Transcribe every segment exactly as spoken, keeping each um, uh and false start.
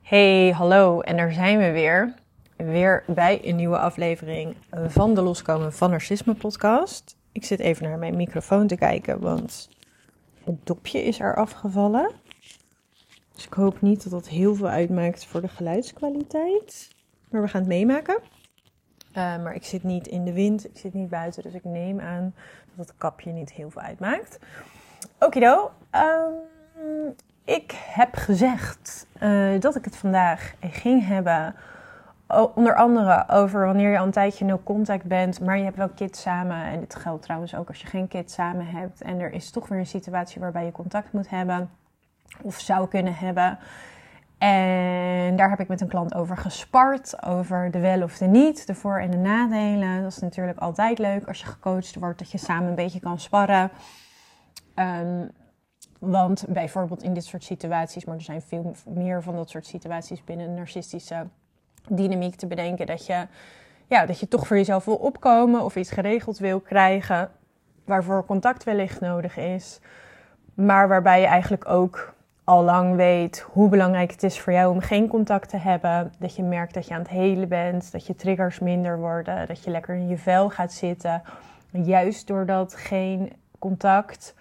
Hey, hallo en daar zijn we weer. Weer bij een nieuwe aflevering van de Loskomen van Narcisme podcast. Ik zit even naar mijn microfoon te kijken, want het dopje is er afgevallen. Dus ik hoop niet dat dat heel veel uitmaakt voor de geluidskwaliteit. Maar we gaan het meemaken. Uh, maar ik zit niet in de wind, ik zit niet buiten, dus ik neem aan dat het kapje niet heel veel uitmaakt. Okido, um, ik heb gezegd uh, dat ik het vandaag ging hebben, onder andere over wanneer je al een tijdje no contact bent, maar je hebt wel kids samen. En dit geldt trouwens ook als je geen kids samen hebt en er is toch weer een situatie waarbij je contact moet hebben of zou kunnen hebben. En daar heb ik met een klant over gespart, over de wel of de niet, de voor- en de nadelen. Dat is natuurlijk altijd leuk als je gecoacht wordt, dat je samen een beetje kan sparren. Um, want bijvoorbeeld in dit soort situaties, maar er zijn veel meer van dat soort situaties binnen een narcistische dynamiek te bedenken, dat je, ja, dat je toch voor jezelf wil opkomen of iets geregeld wil krijgen, waarvoor contact wellicht nodig is, maar waarbij je eigenlijk ook al lang weet hoe belangrijk het is voor jou om geen contact te hebben. Dat je merkt dat je aan het helen bent, dat je triggers minder worden, dat je lekker in je vel gaat zitten. Juist door dat geen contact.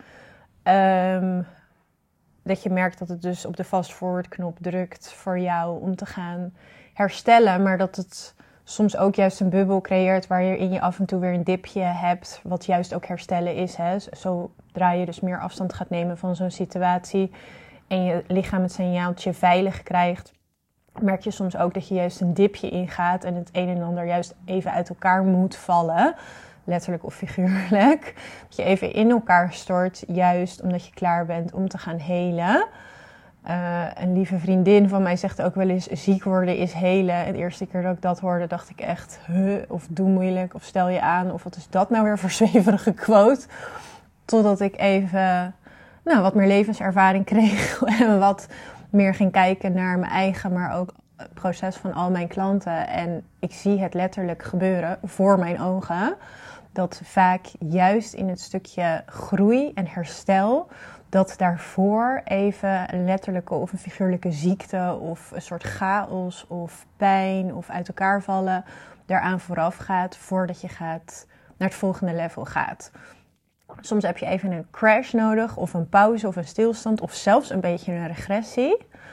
Um, dat je merkt dat het dus op de fast forward knop drukt voor jou om te gaan herstellen. Maar dat het soms ook juist een bubbel creëert waarin je af en toe weer een dipje hebt. Wat juist ook herstellen is. Hè? Zodra je dus meer afstand gaat nemen van zo'n situatie en je lichaam het signaaltje veilig krijgt, merk je soms ook dat je juist een dipje ingaat en het een en ander juist even uit elkaar moet vallen. Letterlijk of figuurlijk. Dat je even in elkaar stort, juist omdat je klaar bent om te gaan helen. Uh, een lieve vriendin van mij zegt ook wel eens, ziek worden is helen. En de eerste keer dat ik dat hoorde, dacht ik echt, huh, of doe moeilijk, of stel je aan, of wat is dat nou weer voor zweverige quote. Totdat ik even nou, wat meer levenservaring kreeg en wat meer ging kijken naar mijn eigen, maar ook het proces van al mijn klanten. En ik zie het letterlijk gebeuren voor mijn ogen. Dat vaak juist in het stukje groei en herstel, dat daarvoor even een letterlijke of een figuurlijke ziekte of een soort chaos of pijn of uit elkaar vallen daaraan vooraf gaat voordat je gaat naar het volgende level gaat. Soms heb je even een crash nodig of een pauze of een stilstand of zelfs een beetje een regressie.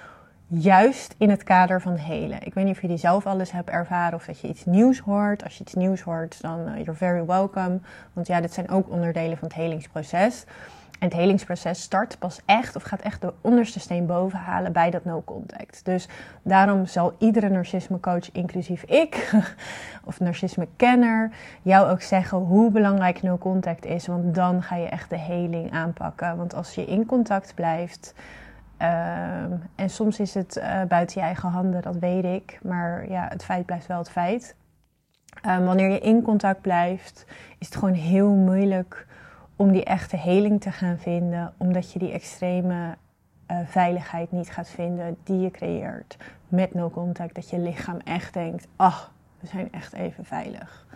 Juist in het kader van helen. Ik weet niet of je die zelf alles hebt ervaren of dat je iets nieuws hoort. Als je iets nieuws hoort, dan uh, you're very welcome. Want ja, dit zijn ook onderdelen van het helingsproces. En het helingsproces start pas echt of gaat echt de onderste steen boven halen bij dat no contact. Dus daarom zal iedere narcisme coach, inclusief ik, of narcisme kenner, jou ook zeggen hoe belangrijk no contact is. Want dan ga je echt de heling aanpakken. Want als je in contact blijft, Uh, en soms is het uh, buiten je eigen handen, dat weet ik. Maar ja, het feit blijft wel het feit. Um, wanneer je in contact blijft, is het gewoon heel moeilijk om die echte heling te gaan vinden. Omdat je die extreme uh, veiligheid niet gaat vinden die je creëert met no contact. Dat je lichaam echt denkt, ach, we zijn echt even veilig.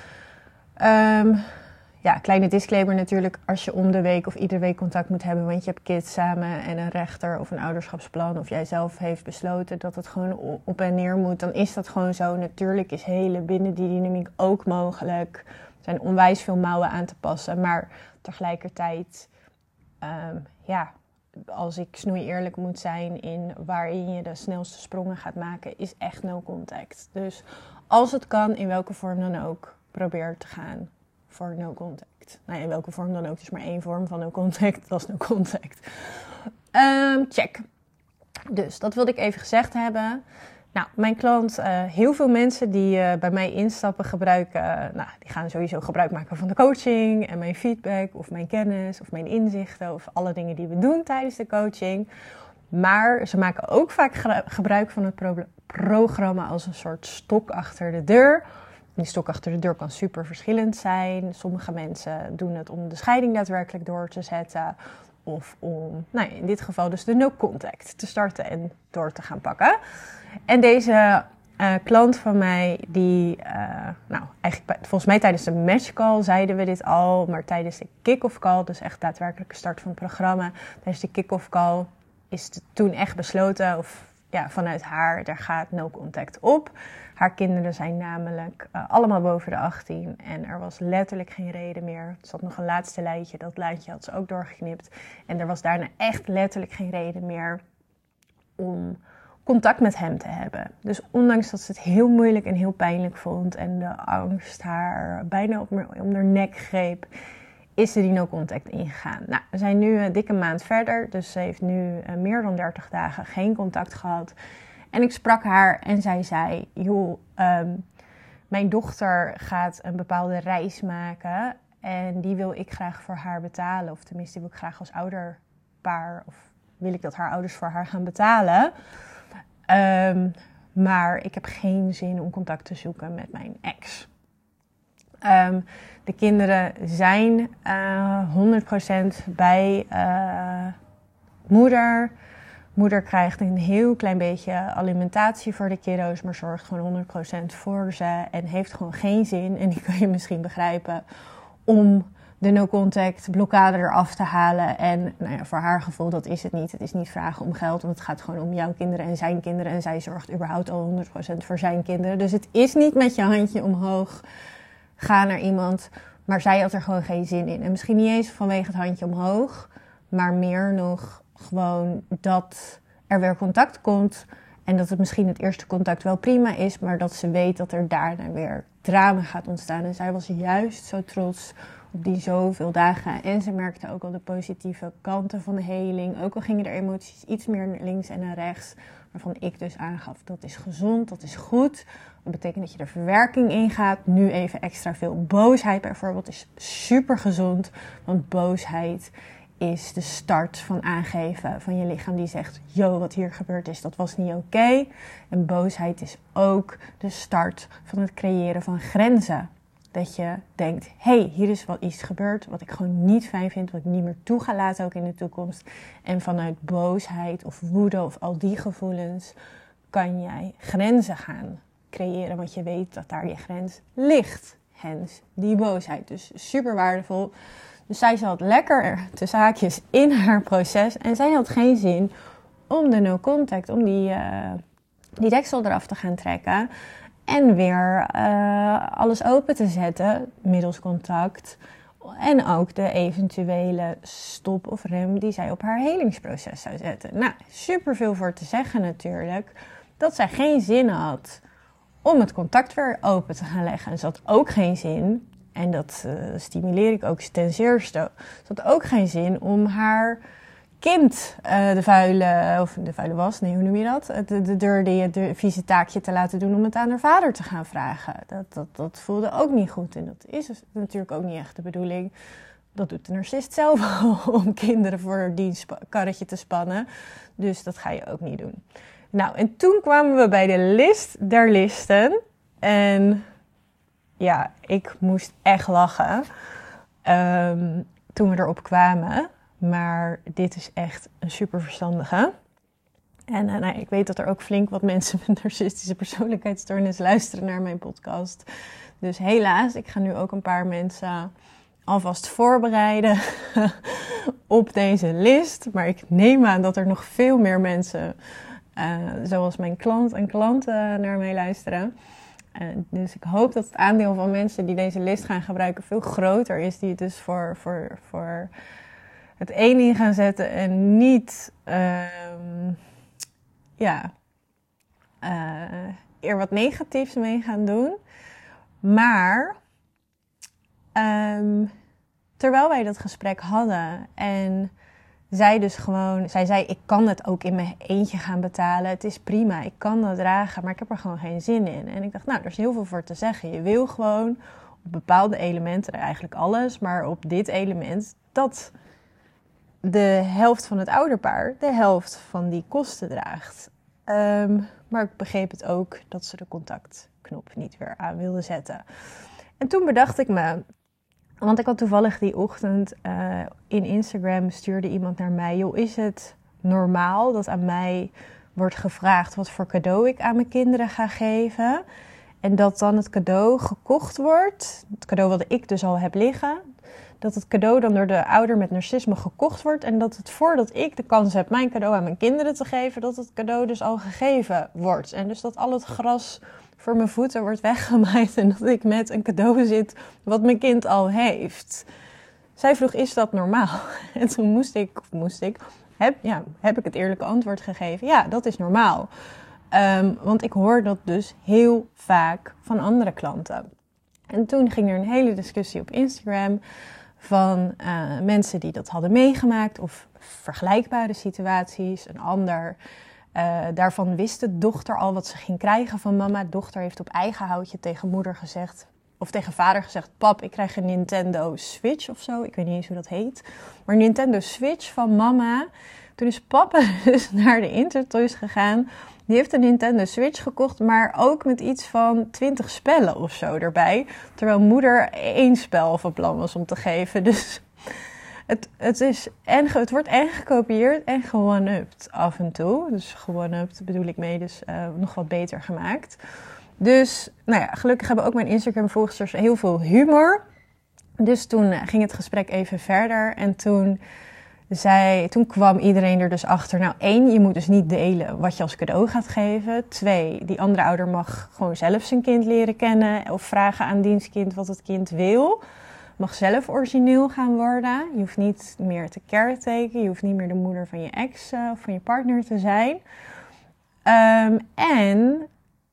Um, Ja, kleine disclaimer natuurlijk, als je om de week of iedere week contact moet hebben, want je hebt kids samen en een rechter of een ouderschapsplan, of jij zelf heeft besloten dat het gewoon op en neer moet, dan is dat gewoon zo. Natuurlijk is helen binnen die dynamiek ook mogelijk. Er zijn onwijs veel mouwen aan te passen, maar tegelijkertijd, um, ja, als ik snoei eerlijk moet zijn in waarin je de snelste sprongen gaat maken, is echt no contact. Dus als het kan, in welke vorm dan ook, probeer te gaan voor no contact. Nou ja, in welke vorm dan ook. Het is maar één vorm van no contact. Dat is no contact. Um, check. Dus dat wilde ik even gezegd hebben. Nou, mijn klant, uh, heel veel mensen die uh, bij mij instappen gebruiken, uh, nou, die gaan sowieso gebruik maken van de coaching en mijn feedback of mijn kennis of mijn inzichten of alle dingen die we doen tijdens de coaching. Maar ze maken ook vaak gebruik van het pro- programma als een soort stok achter de deur. Die stok achter de deur kan super verschillend zijn. Sommige mensen doen het om de scheiding daadwerkelijk door te zetten. Of om, nou in dit geval dus de no contact te starten en door te gaan pakken. En deze uh, klant van mij, die, uh, nou eigenlijk volgens mij tijdens de match call zeiden we dit al. Maar tijdens de kick-off call, dus echt daadwerkelijke start van het programma. Tijdens de kick-off call is het toen echt besloten, of ja, vanuit haar, daar gaat no contact op. Haar kinderen zijn namelijk uh, allemaal boven de achttien. En er was letterlijk geen reden meer. Er zat nog een laatste lijntje. Dat lijntje had ze ook doorgeknipt. En er was daarna echt letterlijk geen reden meer om contact met hem te hebben. Dus ondanks dat ze het heel moeilijk en heel pijnlijk vond en de angst haar bijna op om haar nek greep, is er die no contact ingegaan. Nou, we zijn nu een dikke maand verder, dus ze heeft nu uh, meer dan dertig dagen geen contact gehad. En ik sprak haar en zij zei, joh, um, mijn dochter gaat een bepaalde reis maken en die wil ik graag voor haar betalen. Of tenminste, die wil ik graag als ouderpaar, of wil ik dat haar ouders voor haar gaan betalen. Um, maar ik heb geen zin om contact te zoeken met mijn ex. Um, de kinderen zijn uh, honderd procent bij uh, moeder. Moeder krijgt een heel klein beetje alimentatie voor de kiddo's, maar zorgt gewoon honderd procent voor ze. En heeft gewoon geen zin, en die kun je misschien begrijpen, om de no-contact blokkade eraf te halen. En nou ja, voor haar gevoel, dat is het niet. Het is niet vragen om geld, want het gaat gewoon om jouw kinderen en zijn kinderen. En zij zorgt überhaupt al honderd procent voor zijn kinderen. Dus het is niet met je handje omhoog gaan naar iemand, maar zij had er gewoon geen zin in. En misschien niet eens vanwege het handje omhoog, maar meer nog gewoon dat er weer contact komt. En dat het misschien het eerste contact wel prima is, maar dat ze weet dat er daarna weer drama gaat ontstaan. En zij was juist zo trots op die zoveel dagen. En ze merkte ook al de positieve kanten van de heling. Ook al gingen er emoties iets meer naar links en naar rechts. Waarvan ik dus aangaf, dat is gezond, dat is goed. Dat betekent dat je er verwerking in gaat. Nu even extra veel boosheid bijvoorbeeld is super gezond. Want boosheid is de start van aangeven van je lichaam die zegt, yo, wat hier gebeurd is, dat was niet oké. Okay. En boosheid is ook de start van het creëren van grenzen. Dat je denkt, hé, hey, hier is wel iets gebeurd wat ik gewoon niet fijn vind, wat ik niet meer toe ga laten ook in de toekomst. En vanuit boosheid of woede of al die gevoelens kan jij grenzen gaan creëren, want je weet dat daar die grens ligt. Hens, die boosheid. Dus super waardevol. Dus zij zat lekker tussen haakjes in haar proces en zij had geen zin om de no contact, om die, uh, die deksel eraf te gaan trekken. En weer uh, alles open te zetten, middels contact. En ook de eventuele stop of rem die zij op haar helingsproces zou zetten. Nou, super veel voor te zeggen natuurlijk. Dat zij geen zin had om het contact weer open te gaan leggen. En ze had ook geen zin, en dat uh, stimuleer ik ook ten zeerste. Ze had ook geen zin om haar kind uh, de vuile, of de vuile was, nee, hoe noem je dat? De, de deur, die, de vieze taakje te laten doen om het aan haar vader te gaan vragen. Dat, dat, dat voelde ook niet goed. En dat is dus natuurlijk ook niet echt de bedoeling. Dat doet de narcist zelf om kinderen voor die sp- karretje te spannen. Dus dat ga je ook niet doen. Nou, en toen kwamen we bij de list der listen. En ja, ik moest echt lachen um, toen we erop kwamen. Maar dit is echt een super verstandige. En uh, nou, ik weet dat er ook flink wat mensen met narcistische persoonlijkheidsstoornis luisteren naar mijn podcast. Dus helaas, ik ga nu ook een paar mensen alvast voorbereiden op deze list. Maar ik neem aan dat er nog veel meer mensen, uh, zoals mijn klant en klanten, naar mij luisteren. Uh, dus ik hoop dat het aandeel van mensen die deze list gaan gebruiken veel groter is. Die het dus voor, voor, voor het een in gaan zetten en niet uh, ja, uh, er wat negatiefs mee gaan doen. Maar um, terwijl wij dat gesprek hadden en zij dus gewoon, zij zei, ik kan het ook in mijn eentje gaan betalen. Het is prima, ik kan dat dragen, maar ik heb er gewoon geen zin in. En ik dacht, nou, er is heel veel voor te zeggen. Je wil gewoon op bepaalde elementen, eigenlijk alles, maar op dit element, dat de helft van het ouderpaar de helft van die kosten draagt. Um, maar ik begreep het ook dat ze de contactknop niet weer aan wilde zetten. En toen bedacht ik me, want ik had toevallig die ochtend uh, in Instagram stuurde iemand naar mij, joh, is het normaal dat aan mij wordt gevraagd wat voor cadeau ik aan mijn kinderen ga geven? En dat dan het cadeau gekocht wordt, het cadeau wat ik dus al heb liggen, dat het cadeau dan door de ouder met narcisme gekocht wordt. En dat het voordat ik de kans heb mijn cadeau aan mijn kinderen te geven, dat het cadeau dus al gegeven wordt. En dus dat al het gras voor mijn voeten wordt weggemaaid en dat ik met een cadeau zit wat mijn kind al heeft. Zij vroeg, is dat normaal? En toen moest ik, of moest ik, heb, ja, heb ik het eerlijke antwoord gegeven. Ja, dat is normaal. Um, want ik hoor dat dus heel vaak van andere klanten. En toen ging er een hele discussie op Instagram van uh, mensen die dat hadden meegemaakt of vergelijkbare situaties. Een ander, uh, daarvan wist de dochter al wat ze ging krijgen van mama. De dochter heeft op eigen houtje tegen moeder gezegd, of tegen vader gezegd, pap, ik krijg een Nintendo Switch of zo. Ik weet niet eens hoe dat heet. Maar een Nintendo Switch van mama. Toen is papa dus naar de Intertoys gegaan. Die heeft een Nintendo Switch gekocht, maar ook met iets van twintig spellen of zo erbij. Terwijl moeder één spel van plan was om te geven. Dus het, het, is en, het wordt en gekopieerd en ge-one-upped af en toe. Dus ge-one-upped bedoel ik mee, dus uh, nog wat beter gemaakt. Dus nou ja, gelukkig hebben ook mijn Instagram-volgers heel veel humor. Dus toen ging het gesprek even verder en toen... Zij, toen kwam iedereen er dus achter. Nou, één, je moet dus niet delen wat je als cadeau gaat geven. Twee, die andere ouder mag gewoon zelf zijn kind leren kennen. Of vragen aan dienstkind wat het kind wil. Mag zelf origineel gaan worden. Je hoeft niet meer te caretaken. Je hoeft niet meer de moeder van je ex uh, of van je partner te zijn. Um, en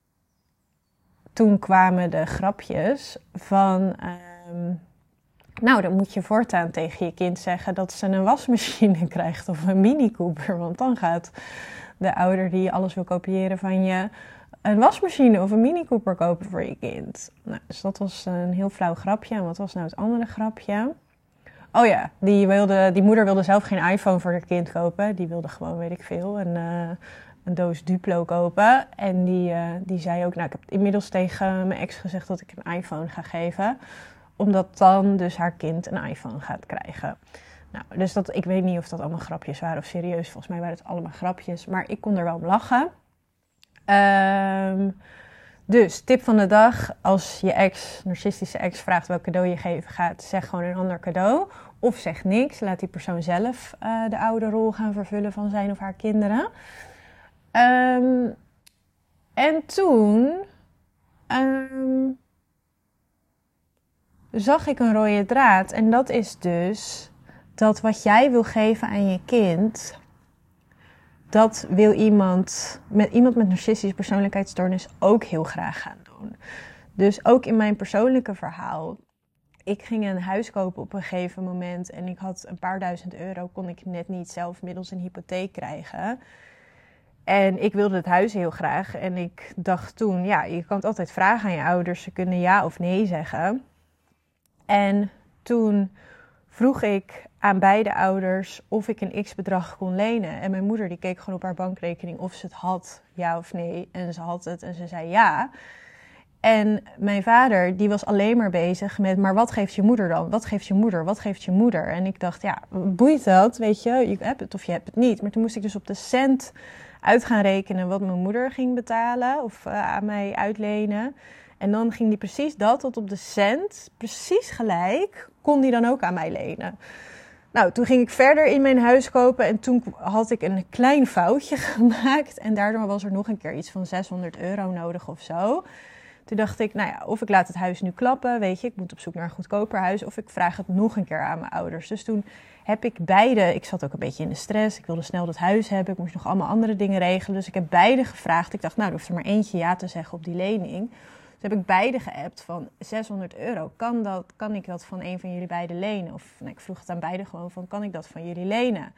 toen kwamen de grapjes van... Um, Nou, dan moet je voortaan tegen je kind zeggen dat ze een wasmachine krijgt of een Mini Cooper. Want dan gaat de ouder die alles wil kopiëren van je een wasmachine of een Mini Cooper kopen voor je kind. Nou, dus dat was een heel flauw grapje. En wat was nou het andere grapje? Oh ja, die, wilde, die moeder wilde zelf geen iPhone voor haar kind kopen. Die wilde gewoon, weet ik veel, een, uh, een doos Duplo kopen. En die, uh, die zei ook, nou, ik heb inmiddels tegen mijn ex gezegd dat ik een iPhone ga geven. Omdat dan dus haar kind een iPhone gaat krijgen. Nou, dus dat, ik weet niet of dat allemaal grapjes waren of serieus. Volgens mij waren het allemaal grapjes. Maar ik kon er wel om lachen. Um, dus, tip van de dag. Als je ex, narcistische ex, vraagt welk cadeau je geven gaat, zeg gewoon een ander cadeau. Of zeg niks. Laat die persoon zelf uh, de oude rol gaan vervullen van zijn of haar kinderen. Um, en toen... Um, zag ik een rode draad. En dat is dus dat wat jij wil geven aan je kind, dat wil iemand met, iemand met narcistische persoonlijkheidsstoornis ook heel graag gaan doen. Dus ook in mijn persoonlijke verhaal. Ik ging een huis kopen op een gegeven moment en ik had een paar duizend euro, kon ik net niet zelf middels een hypotheek krijgen. En ik wilde het huis heel graag en ik dacht toen, ja, je kan het altijd vragen aan je ouders, ze kunnen ja of nee zeggen. En toen vroeg ik aan beide ouders of ik een x-bedrag kon lenen. En mijn moeder die keek gewoon op haar bankrekening of ze het had, ja of nee. En ze had het en ze zei ja. En mijn vader die was alleen maar bezig met, maar wat geeft je moeder dan? Wat geeft je moeder? Wat geeft je moeder? En ik dacht, ja, boeit dat, weet je? Je hebt het of je hebt het niet. Maar toen moest ik dus op de cent uit gaan rekenen wat mijn moeder ging betalen of uh, aan mij uitlenen. En dan ging die precies dat, tot op de cent, precies gelijk, kon die dan ook aan mij lenen. Nou, toen ging ik verder in mijn huis kopen en toen had ik een klein foutje gemaakt. En daardoor was er nog een keer iets van zeshonderd euro nodig of zo. Toen dacht ik, nou ja, of ik laat het huis nu klappen, weet je, ik moet op zoek naar een goedkoper huis. Of ik vraag het nog een keer aan mijn ouders. Dus toen heb ik beide, ik zat ook een beetje in de stress. Ik wilde snel dat huis hebben, ik moest nog allemaal andere dingen regelen. Dus ik heb beide gevraagd. Ik dacht, nou, er hoeft er maar eentje ja te zeggen op die lening. Dus heb ik beide geappt van zeshonderd euro. Kan, dat, kan ik dat van een van jullie beiden lenen? Of nou, ik vroeg het aan beide gewoon van, kan ik dat van jullie lenen?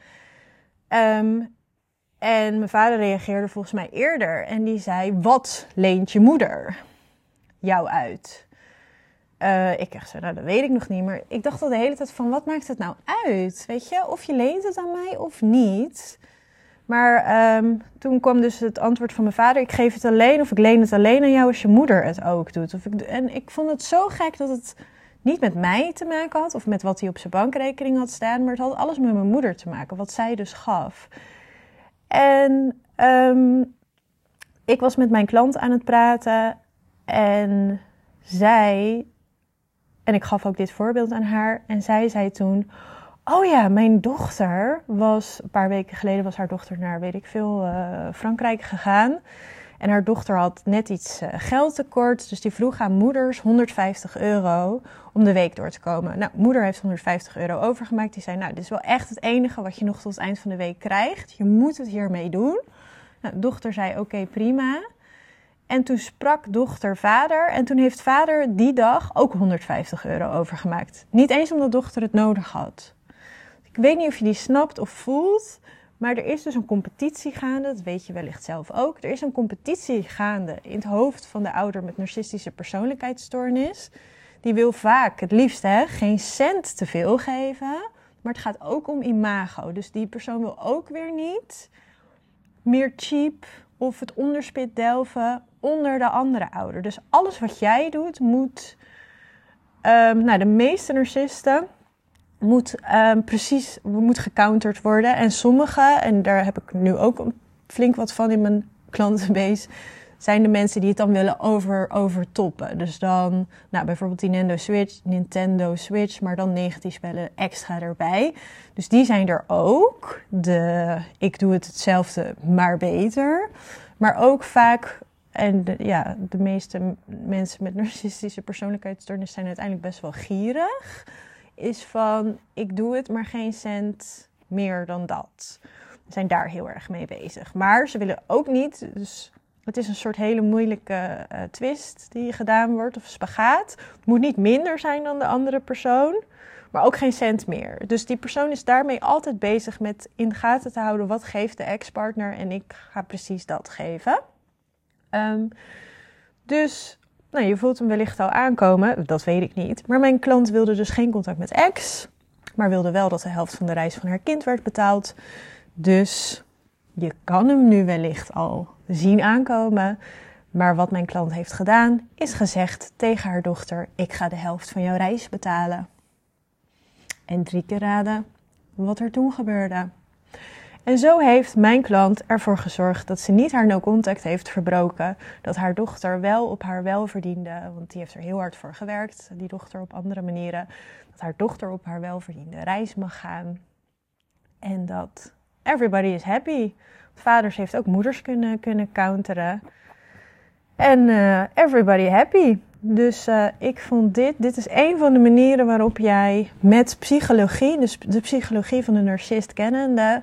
Um, en mijn vader reageerde volgens mij eerder. En die zei, wat leent je moeder jou uit? Uh, ik dacht zo, nou dat weet ik nog niet. Maar ik dacht al de hele tijd van, wat maakt het nou uit? Weet je, of je leent het aan mij of niet. Maar um, toen kwam dus het antwoord van mijn vader, ik geef het alleen of ik leen het alleen aan jou als je moeder het ook doet. Of ik, en ik vond het zo gek dat het niet met mij te maken had of met wat hij op zijn bankrekening had staan. Maar het had alles met mijn moeder te maken, wat zij dus gaf. En um, ik was met mijn klant aan het praten En zij, en ik gaf ook dit voorbeeld aan haar, en zij zei toen, oh ja, mijn dochter was, een paar weken geleden was haar dochter naar, weet ik veel, uh, Frankrijk gegaan. En haar dochter had net iets uh, geldtekort, dus die vroeg aan moeders honderdvijftig euro om de week door te komen. Nou, moeder heeft honderdvijftig euro overgemaakt. Die zei, nou, dit is wel echt het enige wat je nog tot het eind van de week krijgt. Je moet het hiermee doen. Nou, dochter zei, oké, okay, prima. En toen sprak dochter vader en toen heeft vader die dag ook honderdvijftig euro overgemaakt. Niet eens omdat dochter het nodig had. Ik weet niet of je die snapt of voelt, maar er is dus een competitie gaande, dat weet je wellicht zelf ook. Er is een competitie gaande in het hoofd van de ouder met narcistische persoonlijkheidsstoornis. Die wil vaak het liefst hè, geen cent te veel geven, maar het gaat ook om imago. Dus die persoon wil ook weer niet meer cheap of het onderspit delven onder de andere ouder. Dus alles wat jij doet moet, um, nou de meeste narcisten, moet um, precies moet gecounterd worden. En sommige, en daar heb ik nu ook flink wat van in mijn klantenbase, zijn de mensen die het dan willen over, overtoppen. Dus dan, nou bijvoorbeeld die Nintendo Switch, Nintendo Switch, maar dan negatief spellen extra erbij. Dus die zijn er ook. De, ik doe het hetzelfde, maar beter. Maar ook vaak, en de, ja, de meeste mensen met narcistische persoonlijkheidsstoornis zijn uiteindelijk best wel gierig, is van, ik doe het, maar geen cent meer dan dat. We zijn daar heel erg mee bezig. Maar ze willen ook niet, dus het is een soort hele moeilijke uh, twist die gedaan wordt, of spagaat. Het moet niet minder zijn dan de andere persoon, maar ook geen cent meer. Dus die persoon is daarmee altijd bezig met in de gaten te houden, wat geeft de ex-partner en ik ga precies dat geven. Um, dus, nou, je voelt hem wellicht al aankomen, dat weet ik niet. Maar mijn klant wilde dus geen contact met ex, maar wilde wel dat de helft van de reis van haar kind werd betaald. Dus je kan hem nu wellicht al zien aankomen. Maar wat mijn klant heeft gedaan, is gezegd tegen haar dochter, ik ga de helft van jouw reis betalen. En drie keer raden wat er toen gebeurde. En zo heeft mijn klant ervoor gezorgd dat ze niet haar no-contact heeft verbroken. Dat haar dochter wel op haar welverdiende, want die heeft er heel hard voor gewerkt, die dochter op andere manieren. Dat haar dochter op haar welverdiende reis mag gaan. En dat everybody is happy. Vaders heeft ook moeders kunnen, kunnen counteren. En uh, everybody happy. Dus uh, ik vond dit, dit is een van de manieren waarop jij met psychologie, dus de psychologie van de narcist kennende,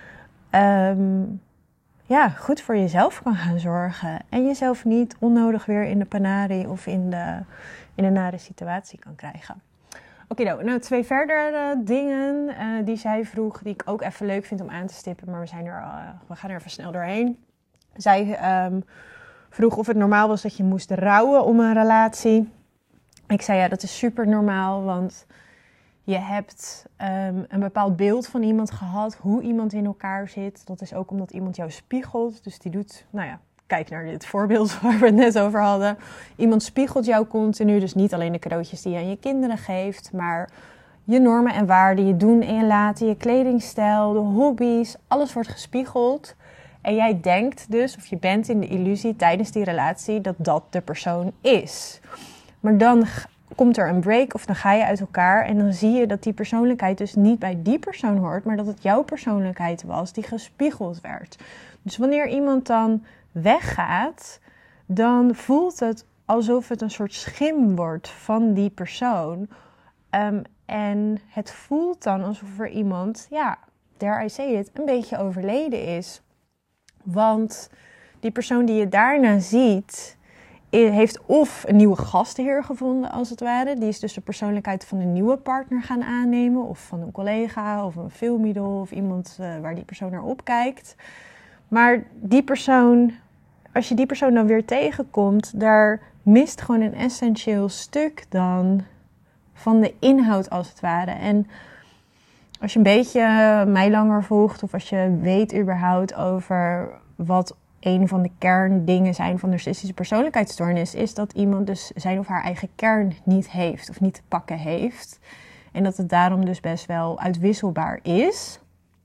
um, ja, goed voor jezelf kan gaan zorgen. En jezelf niet onnodig weer in de panarie of in de, in een nare situatie kan krijgen. Oké, okay, nou, nou twee verdere dingen uh, die zij vroeg, die ik ook even leuk vind om aan te stippen, maar we, zijn er, uh, we gaan er even snel doorheen. Zij um, vroeg of het normaal was dat je moest rouwen om een relatie. Ik zei ja, dat is super normaal, want je hebt um, een bepaald beeld van iemand gehad, hoe iemand in elkaar zit. Dat is ook omdat iemand jou spiegelt, dus die doet, nou ja, kijk naar dit voorbeeld waar we het net over hadden. Iemand spiegelt jou continu, dus niet alleen de cadeautjes die je aan je kinderen geeft, maar je normen en waarden, je doen en je laten, je kledingstijl, de hobby's, alles wordt gespiegeld. En jij denkt dus, of je bent in de illusie tijdens die relatie, dat dat de persoon is. Maar dan komt er een break of dan ga je uit elkaar en dan zie je dat die persoonlijkheid dus niet bij die persoon hoort, maar dat het jouw persoonlijkheid was die gespiegeld werd. Dus wanneer iemand dan weggaat, dan voelt het alsof het een soort schim wordt van die persoon. Um, en het voelt dan alsof er iemand, ja, dare I say it, een beetje overleden is. Want die persoon die je daarna ziet, heeft of een nieuwe gastheer gevonden, als het ware. Die is dus de persoonlijkheid van een nieuwe partner gaan aannemen, of van een collega, of een filmidool, of iemand uh, waar die persoon naar opkijkt. Maar die persoon, als je die persoon dan weer tegenkomt, daar mist gewoon een essentieel stuk dan van de inhoud als het ware. En als je een beetje mij langer volgt, of als je weet überhaupt over wat een van de kerndingen zijn van narcistische persoonlijkheidsstoornis, is dat iemand dus zijn of haar eigen kern niet heeft of niet te pakken heeft. En dat het daarom dus best wel uitwisselbaar is.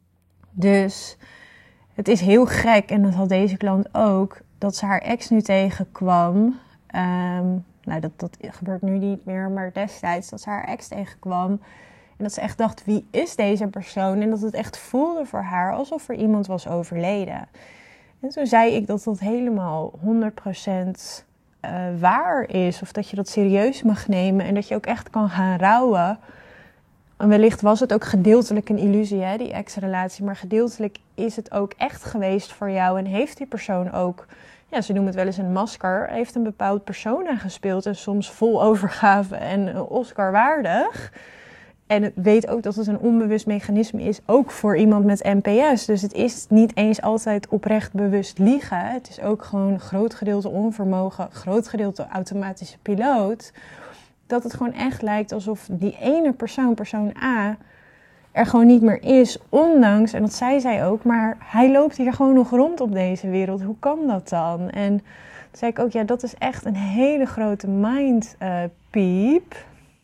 Dus het is heel gek, en dat had deze klant ook, dat ze haar ex nu tegenkwam Um, nou, dat, dat gebeurt nu niet meer, maar destijds dat ze haar ex tegenkwam. En dat ze echt dacht, wie is deze persoon? En dat het echt voelde voor haar alsof er iemand was overleden. En toen zei ik dat dat helemaal honderd procent uh, waar is. Of dat je dat serieus mag nemen en dat je ook echt kan gaan rouwen. En wellicht was het ook gedeeltelijk een illusie, hè, die ex-relatie. Maar gedeeltelijk is het ook echt geweest voor jou. En heeft die persoon ook, ja, ze noemen het wel eens een masker, heeft een bepaald persona gespeeld. En soms vol overgave en Oscar waardig. En het weet ook dat het een onbewust mechanisme is, ook voor iemand met N P S. Dus het is niet eens altijd oprecht bewust liegen. Het is ook gewoon groot gedeelte onvermogen, groot gedeelte automatische piloot. Dat het gewoon echt lijkt alsof die ene persoon, persoon A, er gewoon niet meer is. Ondanks, en dat zei zij ook, maar hij loopt hier gewoon nog rond op deze wereld. Hoe kan dat dan? En toen zei ik ook, ja, dat is echt een hele grote mindpiep. Uh,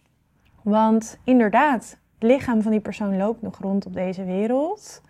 Want inderdaad, het lichaam van die persoon loopt nog rond op deze wereld.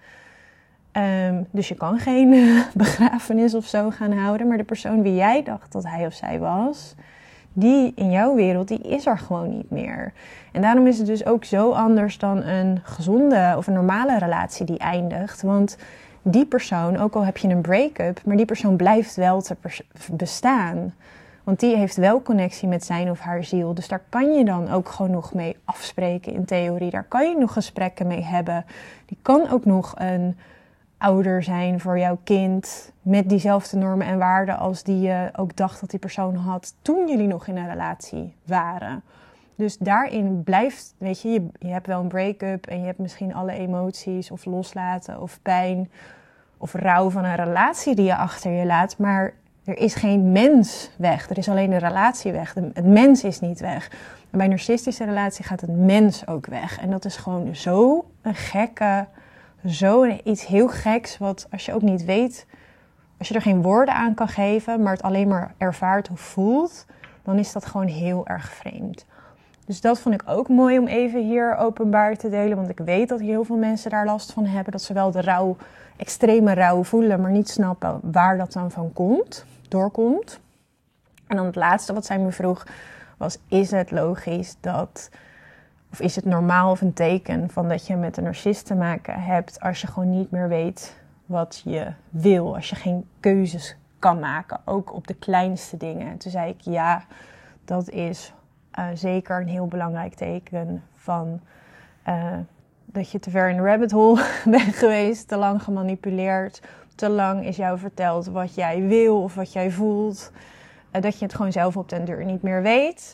Um, dus je kan geen uh, begrafenis of zo gaan houden. Maar de persoon wie jij dacht dat hij of zij was, die in jouw wereld, die is er gewoon niet meer. En daarom is het dus ook zo anders dan een gezonde of een normale relatie die eindigt. Want die persoon, ook al heb je een break-up, maar die persoon blijft wel te pers- bestaan. Want die heeft wel connectie met zijn of haar ziel. Dus daar kan je dan ook gewoon nog mee afspreken in theorie. Daar kan je nog gesprekken mee hebben. Die kan ook nog een ouder zijn voor jouw kind. Met diezelfde normen en waarden als die je ook dacht dat die persoon had toen jullie nog in een relatie waren. Dus daarin blijft, weet je, je, je hebt wel een break-up en je hebt misschien alle emoties of loslaten of pijn of rouw van een relatie die je achter je laat. Maar er is geen mens weg. Er is alleen de relatie weg. Het mens is niet weg. En bij een narcistische relatie gaat het mens ook weg. En dat is gewoon zo een gekke, zo een, iets heel geks, wat als je ook niet weet, als je er geen woorden aan kan geven, maar het alleen maar ervaart of voelt, dan is dat gewoon heel erg vreemd. Dus dat vond ik ook mooi om even hier openbaar te delen, want ik weet dat heel veel mensen daar last van hebben, dat ze wel de rouw, extreme rouw voelen, maar niet snappen waar dat dan van komt, doorkomt. En dan het laatste wat zij me vroeg was, is het logisch dat, of is het normaal of een teken van dat je met een narcist te maken hebt als je gewoon niet meer weet wat je wil, als je geen keuzes kan maken, ook op de kleinste dingen. En toen zei ik, ja, dat is uh, zeker een heel belangrijk teken van uh, dat je te ver in de rabbit hole bent geweest, te lang gemanipuleerd, te lang is jou verteld wat jij wil of wat jij voelt, uh, dat je het gewoon zelf op den duur niet meer weet.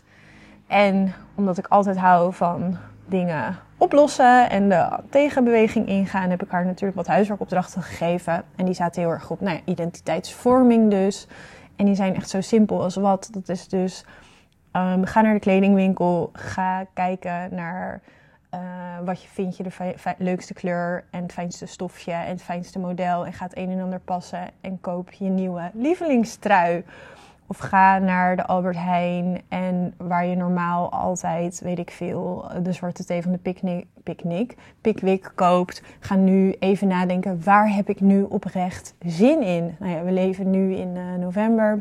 En omdat ik altijd hou van dingen oplossen en de tegenbeweging ingaan, heb ik haar natuurlijk wat huiswerkopdrachten gegeven. En die zaten heel erg op, nou ja, identiteitsvorming dus. En die zijn echt zo simpel als wat. Dat is dus, um, ga naar de kledingwinkel, ga kijken naar uh, wat je vindt je de fi- fi- leukste kleur en het fijnste stofje en het fijnste model. En ga het een en ander passen en koop je nieuwe lievelingstrui. Of ga naar de Albert Heijn en waar je normaal altijd, weet ik veel, de zwarte thee van de Picnic, Picnic, Pickwick koopt. Ga nu even nadenken, waar heb ik nu oprecht zin in? Nou ja, we leven nu in uh, november.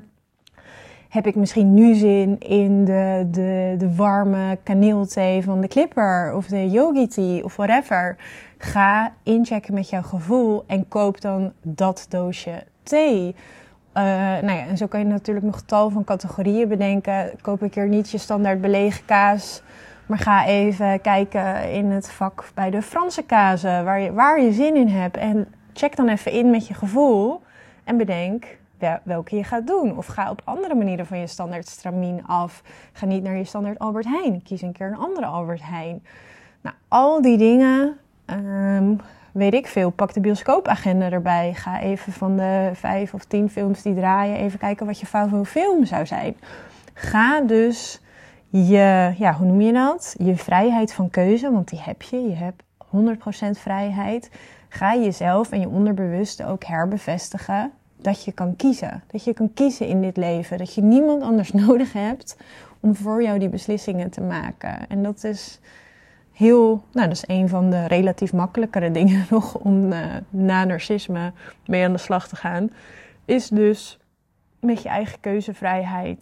Heb ik misschien nu zin in de, de, de warme kaneelthee van de Clipper of de Yogi Tea of whatever. Ga inchecken met jouw gevoel en koop dan dat doosje thee. Uh, nou ja, en zo kan je natuurlijk nog tal van categorieën bedenken. Koop een keer niet je standaard belegen kaas, maar ga even kijken in het vak bij de Franse kazen, waar je, waar je zin in hebt. En check dan even in met je gevoel en bedenk welke je gaat doen. Of ga op andere manieren van je standaard stramien af. Ga niet naar je standaard Albert Heijn. Kies een keer een andere Albert Heijn. Nou, al die dingen, um, weet ik veel. Pak de bioscoopagenda erbij. Ga even van de vijf of tien films die draaien, even kijken wat je favoriete film zou zijn. Ga dus je, ja, hoe noem je dat? Je vrijheid van keuze, want die heb je. Je hebt honderd procent vrijheid. Ga jezelf en je onderbewuste ook herbevestigen dat je kan kiezen. Dat je kan kiezen in dit leven. Dat je niemand anders nodig hebt om voor jou die beslissingen te maken. En dat is heel, nou, dat is een van de relatief makkelijkere dingen nog om uh, na narcisme mee aan de slag te gaan. Is dus met je eigen keuzevrijheid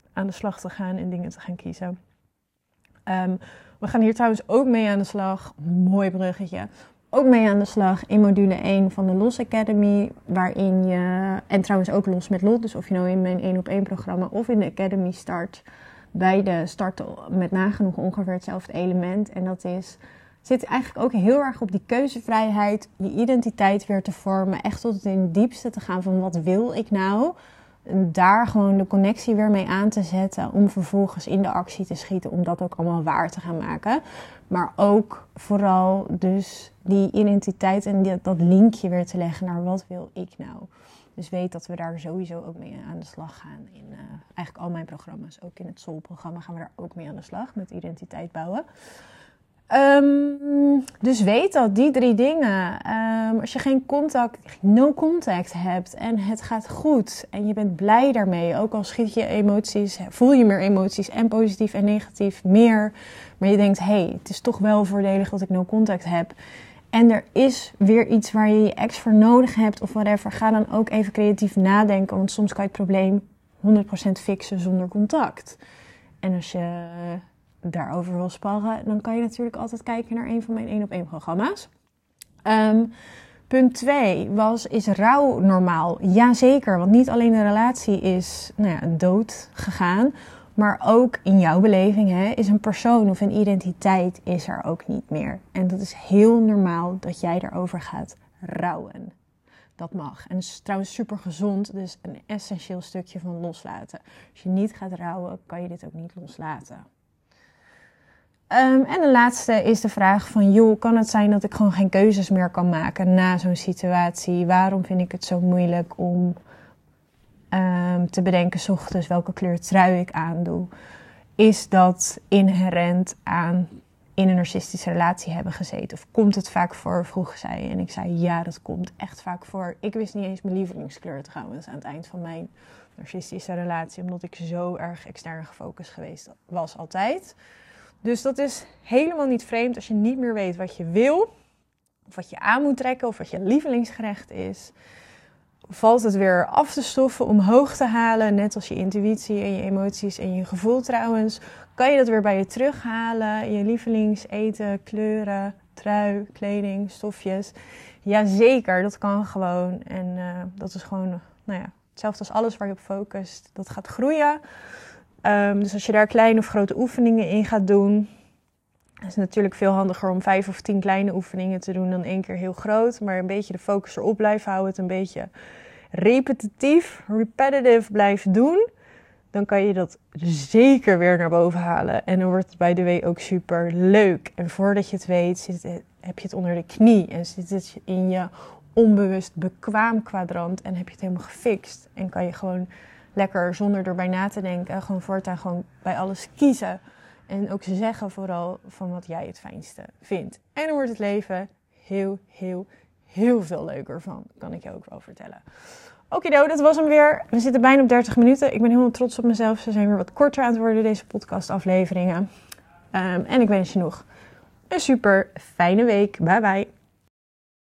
aan de slag te gaan en dingen te gaan kiezen. Um, we gaan hier trouwens ook mee aan de slag. Mooi bruggetje. Ook mee aan de slag in module één van de Los Academy. Waarin je, en trouwens ook Los met Lot. Dus of je nou in mijn één op één programma of in de Academy start. Beide starten met nagenoeg ongeveer hetzelfde element. En dat is, zit eigenlijk ook heel erg op die keuzevrijheid. Je identiteit weer te vormen. Echt tot in het diepste te gaan van wat wil ik nou. En daar gewoon de connectie weer mee aan te zetten. Om vervolgens in de actie te schieten. Om dat ook allemaal waar te gaan maken. Maar ook vooral dus die identiteit en die, dat linkje weer te leggen naar wat wil ik nou. Dus weet dat we daar sowieso ook mee aan de slag gaan. In uh, eigenlijk al mijn programma's. Ook in het Soul-programma gaan we daar ook mee aan de slag. Met identiteit bouwen. Um, dus weet dat, die drie dingen. Um, als je geen contact, no contact hebt en het gaat goed en je bent blij daarmee. Ook al schiet je emoties, voel je meer emoties en positief en negatief meer. Maar je denkt, hé, hey, het is toch wel voordelig dat ik no contact heb. En er is weer iets waar je je ex voor nodig hebt of whatever. Ga dan ook even creatief nadenken, want soms kan je het probleem honderd procent fixen zonder contact. En als je daarover wil sparren, dan kan je natuurlijk altijd kijken naar een van mijn één op één programma's. Um, punt twee was, is rouw normaal? Jazeker, want niet alleen de relatie is nou ja, dood gegaan, maar ook in jouw beleving hè, is een persoon of een identiteit is er ook niet meer. En dat is heel normaal dat jij daarover gaat rouwen. Dat mag. En dat is trouwens super gezond, dus een essentieel stukje van loslaten. Als je niet gaat rouwen, kan je dit ook niet loslaten. Um, en de laatste is de vraag van, joh, kan het zijn dat ik gewoon geen keuzes meer kan maken na zo'n situatie? Waarom vind ik het zo moeilijk om um, te bedenken 's ochtends welke kleur trui ik aandoe? Is dat inherent aan in een narcistische relatie hebben gezeten? Of komt het vaak voor, vroeg zei je. En ik zei, ja, dat komt echt vaak voor. Ik wist niet eens mijn lievelingskleur trouwens aan het eind van mijn narcistische relatie. Omdat ik zo erg extern gefocust geweest was altijd. Dus dat is helemaal niet vreemd als je niet meer weet wat je wil. Of wat je aan moet trekken. Of wat je lievelingsgerecht is. Valt het weer af te stoffen, omhoog te halen. Net als je intuïtie en je emoties en je gevoel trouwens. Kan je dat weer bij je terughalen. Je lievelingseten, kleuren, trui, kleding, stofjes. Jazeker, dat kan gewoon. En uh, dat is gewoon nou ja, hetzelfde als alles waar je op focust. Dat gaat groeien. Um, dus als je daar kleine of grote oefeningen in gaat doen, is het natuurlijk veel handiger om vijf of tien kleine oefeningen te doen dan één keer heel groot. Maar een beetje de focus erop blijven houden, het een beetje repetitief, repetitive blijven doen. Dan kan je dat zeker weer naar boven halen. En dan wordt het bij de W ook super leuk. En voordat je het weet, zit het, heb je het onder de knie en zit het in je onbewust bekwaam kwadrant en heb je het helemaal gefixt. En kan je gewoon lekker, zonder erbij na te denken, gewoon voortaan gewoon bij alles kiezen. En ook ze zeggen vooral van wat jij het fijnste vindt. En dan wordt het leven heel, heel, heel veel leuker van. Kan ik je ook wel vertellen. Oké, dat was hem weer. We zitten bijna op dertig minuten. Ik ben helemaal trots op mezelf. Ze zijn weer wat korter aan het worden, deze podcastafleveringen. Um, en ik wens je nog een super fijne week. Bye bye.